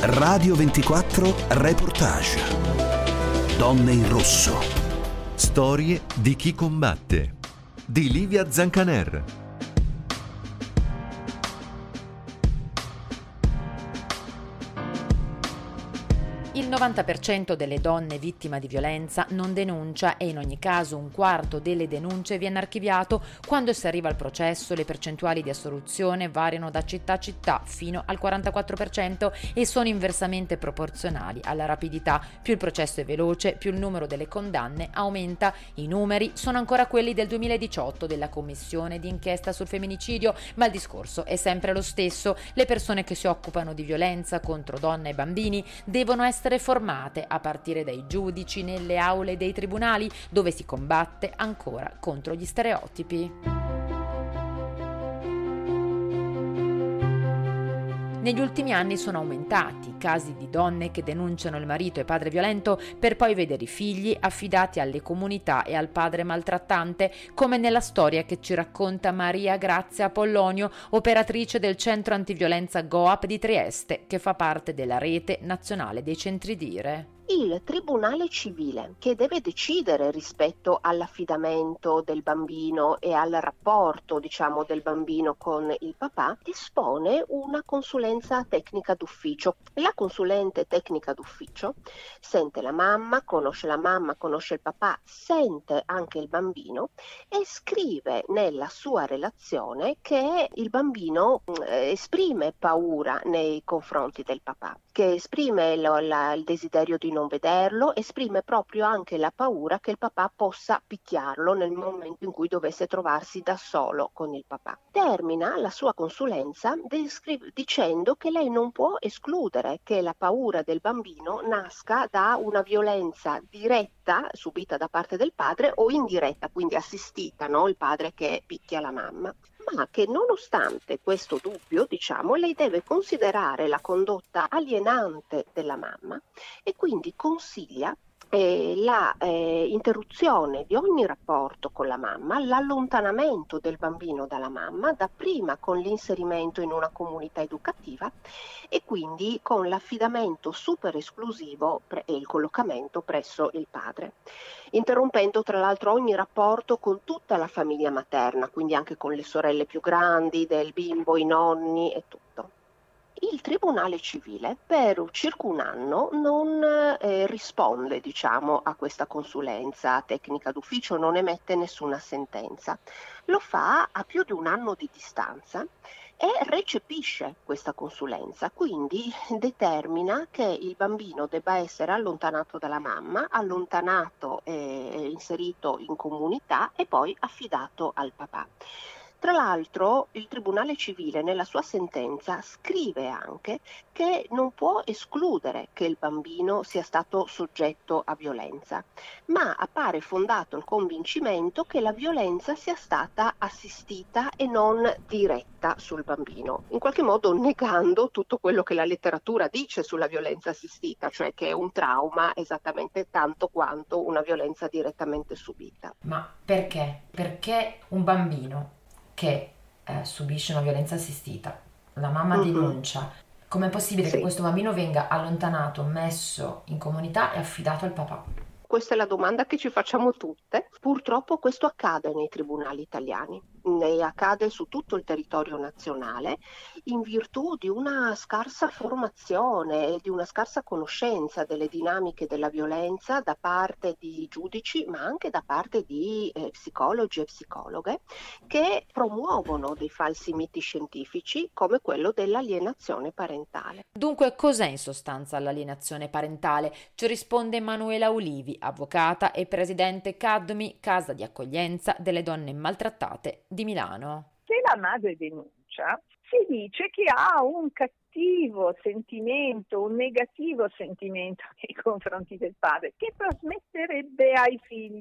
Radio 24 Reportage. Donne in rosso. Storie di chi combatte. Di Livia Zancaner. Il 90% delle donne vittime di violenza non denuncia e in ogni caso un quarto delle denunce viene archiviato. Quando si arriva al processo le percentuali di assoluzione variano da città a città fino al 44% e sono inversamente proporzionali alla rapidità. Più il processo è veloce, più il numero delle condanne aumenta. I numeri sono ancora quelli del 2018 della Commissione di inchiesta sul femminicidio, ma il discorso è sempre lo stesso. Le persone che si occupano di violenza contro donne e bambini devono essere formate a partire dai giudici nelle aule dei tribunali, dove si combatte ancora contro gli stereotipi. Negli ultimi anni sono aumentati i casi di donne che denunciano il marito e padre violento per poi vedere i figli affidati alle comunità e al padre maltrattante, come nella storia che ci racconta Maria Grazia Pollonio, operatrice del centro antiviolenza GOAP di Trieste, che fa parte della rete nazionale dei centri dire. Il Tribunale Civile, che deve decidere rispetto all'affidamento del bambino e al rapporto, del bambino con il papà, dispone una consulenza tecnica d'ufficio. La consulente tecnica d'ufficio sente la mamma, conosce il papà, sente anche il bambino e scrive nella sua relazione che il bambino esprime paura nei confronti del papà, che esprime il desiderio di non vederlo, esprime proprio anche la paura che il papà possa picchiarlo nel momento in cui dovesse trovarsi da solo con il papà. Termina la sua consulenza dicendo che lei non può escludere che la paura del bambino nasca da una violenza diretta subita da parte del padre o indiretta, quindi assistita, no? Il padre che picchia la mamma. Ma che nonostante questo dubbio, lei deve considerare la condotta alienante della mamma e quindi consiglia la interruzione di ogni rapporto con la mamma, l'allontanamento del bambino dalla mamma, dapprima con l'inserimento in una comunità educativa e quindi con l'affidamento super esclusivo e il collocamento presso il padre, interrompendo tra l'altro ogni rapporto con tutta la famiglia materna, quindi anche con le sorelle più grandi del bimbo, i nonni e tutto. Il Tribunale Civile per circa un anno non risponde, a questa consulenza tecnica d'ufficio, non emette nessuna sentenza. Lo fa a più di un anno di distanza e recepisce questa consulenza, quindi determina che il bambino debba essere allontanato dalla mamma, allontanato e inserito in comunità e poi affidato al papà. Tra l'altro il Tribunale Civile nella sua sentenza scrive anche che non può escludere che il bambino sia stato soggetto a violenza, ma appare fondato il convincimento che la violenza sia stata assistita e non diretta sul bambino, in qualche modo negando tutto quello che la letteratura dice sulla violenza assistita, cioè che è un trauma esattamente tanto quanto una violenza direttamente subita. Ma perché? Perché un bambino che subisce una violenza assistita, la mamma denuncia, com'è possibile che questo bambino venga allontanato, messo in comunità e affidato al papà? Questa è la domanda che ci facciamo tutte. Purtroppo questo accade nei tribunali italiani, accade su tutto il territorio nazionale in virtù di una scarsa formazione e di una scarsa conoscenza delle dinamiche della violenza da parte di giudici, ma anche da parte di psicologi e psicologhe che promuovono dei falsi miti scientifici come quello dell'alienazione parentale. Dunque, cos'è in sostanza l'alienazione parentale? Ci risponde Emanuela Ulivi, avvocata e presidente CADMI, Casa di Accoglienza delle Donne Maltrattate di Milano. Se la madre denuncia, si dice che ha un cattivo sentimento, un negativo sentimento nei confronti del padre, che trasmetterebbe ai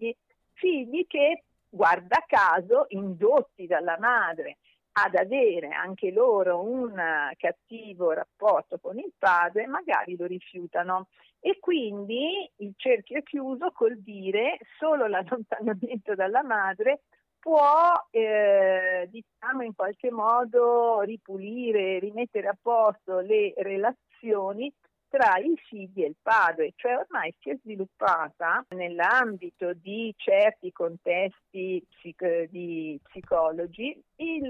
figli che, guarda caso, indotti dalla madre ad avere anche loro un cattivo rapporto con il padre, magari lo rifiutano. E quindi il cerchio è chiuso col dire solo l'allontanamento dalla madre può in qualche modo ripulire, rimettere a posto le relazioni tra i figli e il padre, cioè ormai si è sviluppata nell'ambito di certi contesti di psicologi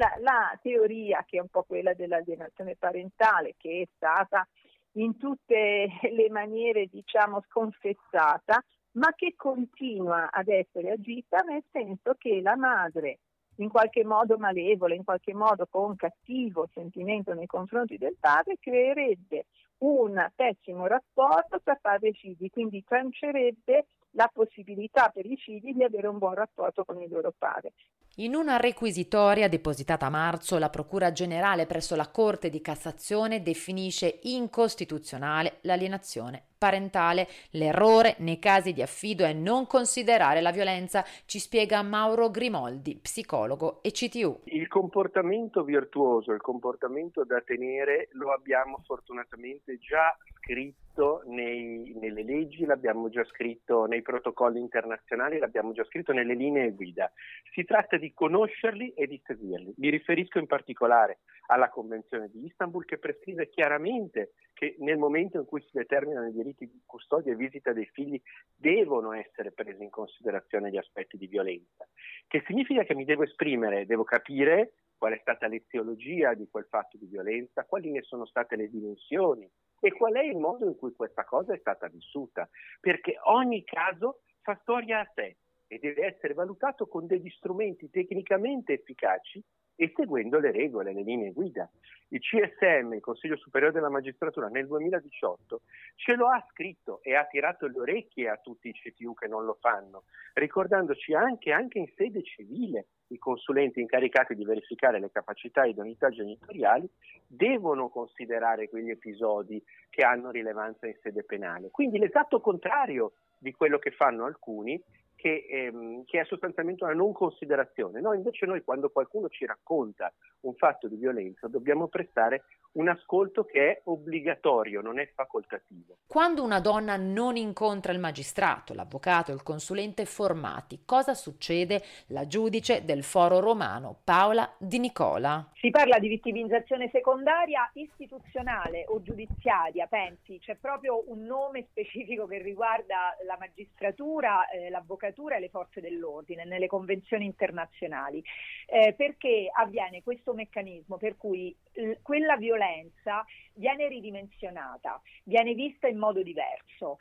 la teoria che è un po' quella dell'alienazione parentale, che è stata in tutte le maniere, diciamo, sconfessata, ma che continua ad essere agita, nel senso che la madre, in qualche modo malevola, in qualche modo con cattivo sentimento nei confronti del padre, creerebbe un pessimo rapporto tra padre e figli, quindi trancerebbe la possibilità per i figli di avere un buon rapporto con il loro padre. In una requisitoria depositata a marzo, la Procura Generale presso la Corte di Cassazione definisce incostituzionale l'alienazione parentale. L'errore nei casi di affido è non considerare la violenza, ci spiega Mauro Grimoldi, psicologo e CTU. Il comportamento virtuoso, il comportamento da tenere lo abbiamo fortunatamente già scritto nelle leggi, l'abbiamo già scritto nei protocolli internazionali, l'abbiamo già scritto nelle linee guida. Si tratta di conoscerli e di seguirli. Mi riferisco in particolare alla Convenzione di Istanbul, che prescrive chiaramente che nel momento in cui si determinano i diritti di custodia e visita dei figli devono essere presi in considerazione gli aspetti di violenza, che significa che mi devo esprimere, devo capire qual è stata l'eziologia di quel fatto di violenza, quali ne sono state le dimensioni e qual è il modo in cui questa cosa è stata vissuta, perché ogni caso fa storia a sé e deve essere valutato con degli strumenti tecnicamente efficaci e seguendo le regole, le linee guida. Il CSM, il Consiglio Superiore della Magistratura, nel 2018 ce lo ha scritto e ha tirato le orecchie a tutti i CTU che non lo fanno, ricordandoci anche in sede civile i consulenti incaricati di verificare le capacità e idoneità genitoriali devono considerare quegli episodi che hanno rilevanza in sede penale. Quindi l'esatto contrario di quello che fanno alcuni, che è sostanzialmente una non considerazione. No, invece noi quando qualcuno ci racconta un fatto di violenza dobbiamo prestare un ascolto che è obbligatorio, non è facoltativo. Quando una donna non incontra il magistrato, l'avvocato, il consulente formati, cosa succede? La giudice del Foro Romano, Paola Di Nicola. Si parla di vittimizzazione secondaria istituzionale o giudiziaria, pensi, c'è proprio un nome specifico che riguarda la magistratura, l'avvocatura e le forze dell'ordine nelle convenzioni internazionali, perché avviene questo meccanismo per cui quella violenza viene ridimensionata, viene vista in modo diverso,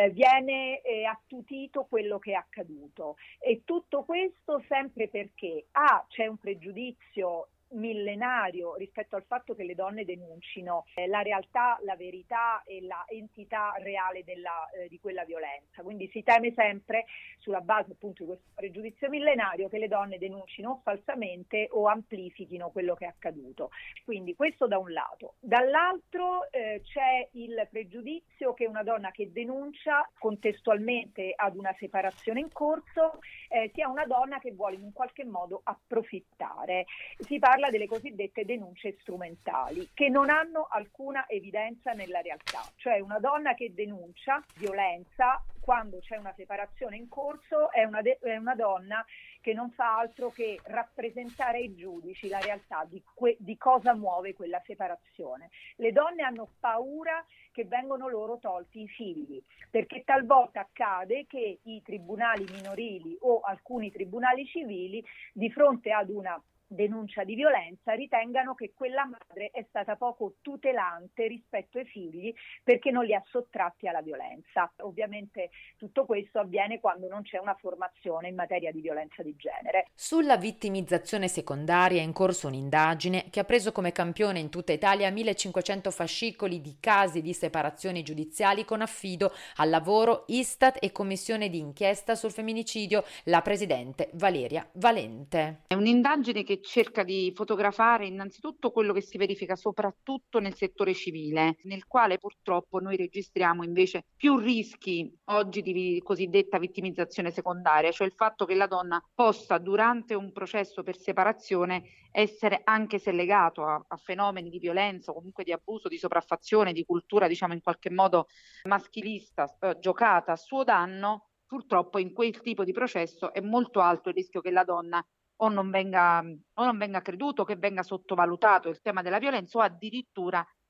viene attutito quello che è accaduto, e tutto questo sempre perché c'è un pregiudizio millenario rispetto al fatto che le donne denuncino la realtà, la verità e la entità reale di quella violenza. Quindi si teme sempre, sulla base appunto di questo pregiudizio millenario, che le donne denuncino falsamente o amplifichino quello che è accaduto. Quindi questo da un lato. Dall'altro c'è il pregiudizio che una donna che denuncia contestualmente ad una separazione in corso sia una donna che vuole in un qualche modo approfittare. Si parla delle cosiddette denunce strumentali, che non hanno alcuna evidenza nella realtà, cioè una donna che denuncia violenza quando c'è una separazione in corso è una donna che non fa altro che rappresentare ai giudici la realtà di cosa muove quella separazione. Le donne hanno paura che vengono loro tolti i figli, perché talvolta accade che i tribunali minorili o alcuni tribunali civili, di fronte ad una denuncia di violenza, ritengano che quella madre è stata poco tutelante rispetto ai figli perché non li ha sottratti alla violenza. Ovviamente tutto questo avviene quando non c'è una formazione in materia di violenza di genere. Sulla vittimizzazione secondaria è in corso un'indagine che ha preso come campione in tutta Italia 1500 fascicoli di casi di separazioni giudiziali con affido al lavoro, Istat e commissione di inchiesta sul femminicidio, la presidente Valeria Valente. È un'indagine che cerca di fotografare innanzitutto quello che si verifica soprattutto nel settore civile, nel quale purtroppo noi registriamo invece più rischi oggi di cosiddetta vittimizzazione secondaria, cioè il fatto che la donna possa durante un processo per separazione essere, anche se legato a fenomeni di violenza o comunque di abuso, di sopraffazione, di cultura diciamo in qualche modo maschilista, giocata a suo danno, purtroppo in quel tipo di processo è molto alto il rischio che la donna o non venga creduto, che venga sottovalutato il tema della violenza o addirittura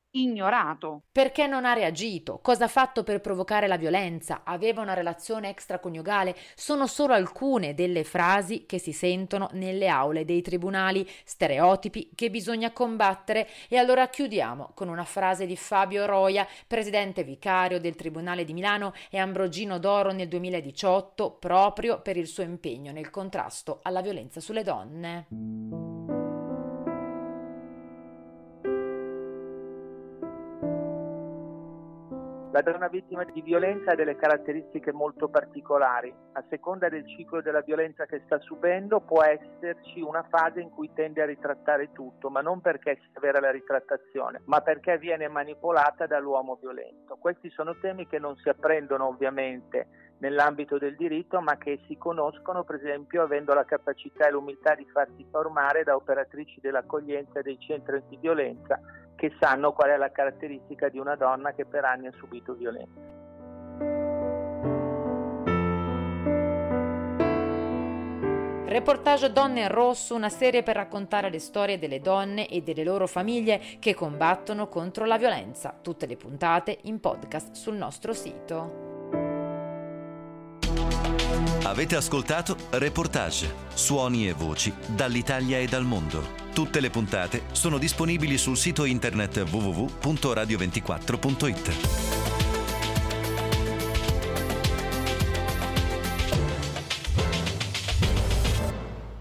ignorato. Perché non ha reagito? Cosa ha fatto per provocare la violenza? Aveva una relazione extraconiugale? Sono solo alcune delle frasi che si sentono nelle aule dei tribunali, stereotipi che bisogna combattere. E allora chiudiamo con una frase di Fabio Roia, presidente vicario del Tribunale di Milano e Ambrogino d'Oro nel 2018, proprio per il suo impegno nel contrasto alla violenza sulle donne. La donna vittima di violenza ha delle caratteristiche molto particolari. A seconda del ciclo della violenza che sta subendo può esserci una fase in cui tende a ritrattare tutto, ma non perché sia vera la ritrattazione, ma perché viene manipolata dall'uomo violento. Questi sono temi che non si apprendono ovviamente nell'ambito del diritto, ma che si conoscono per esempio avendo la capacità e l'umiltà di farsi formare da operatrici dell'accoglienza e dei centri antiviolenza che sanno qual è la caratteristica di una donna che per anni ha subito violenza. Reportage Donne in Rosso, una serie per raccontare le storie delle donne e delle loro famiglie che combattono contro la violenza. Tutte le puntate in podcast sul nostro sito. Avete ascoltato Reportage, suoni e voci dall'Italia e dal mondo. Tutte le puntate sono disponibili sul sito internet www.radio24.it.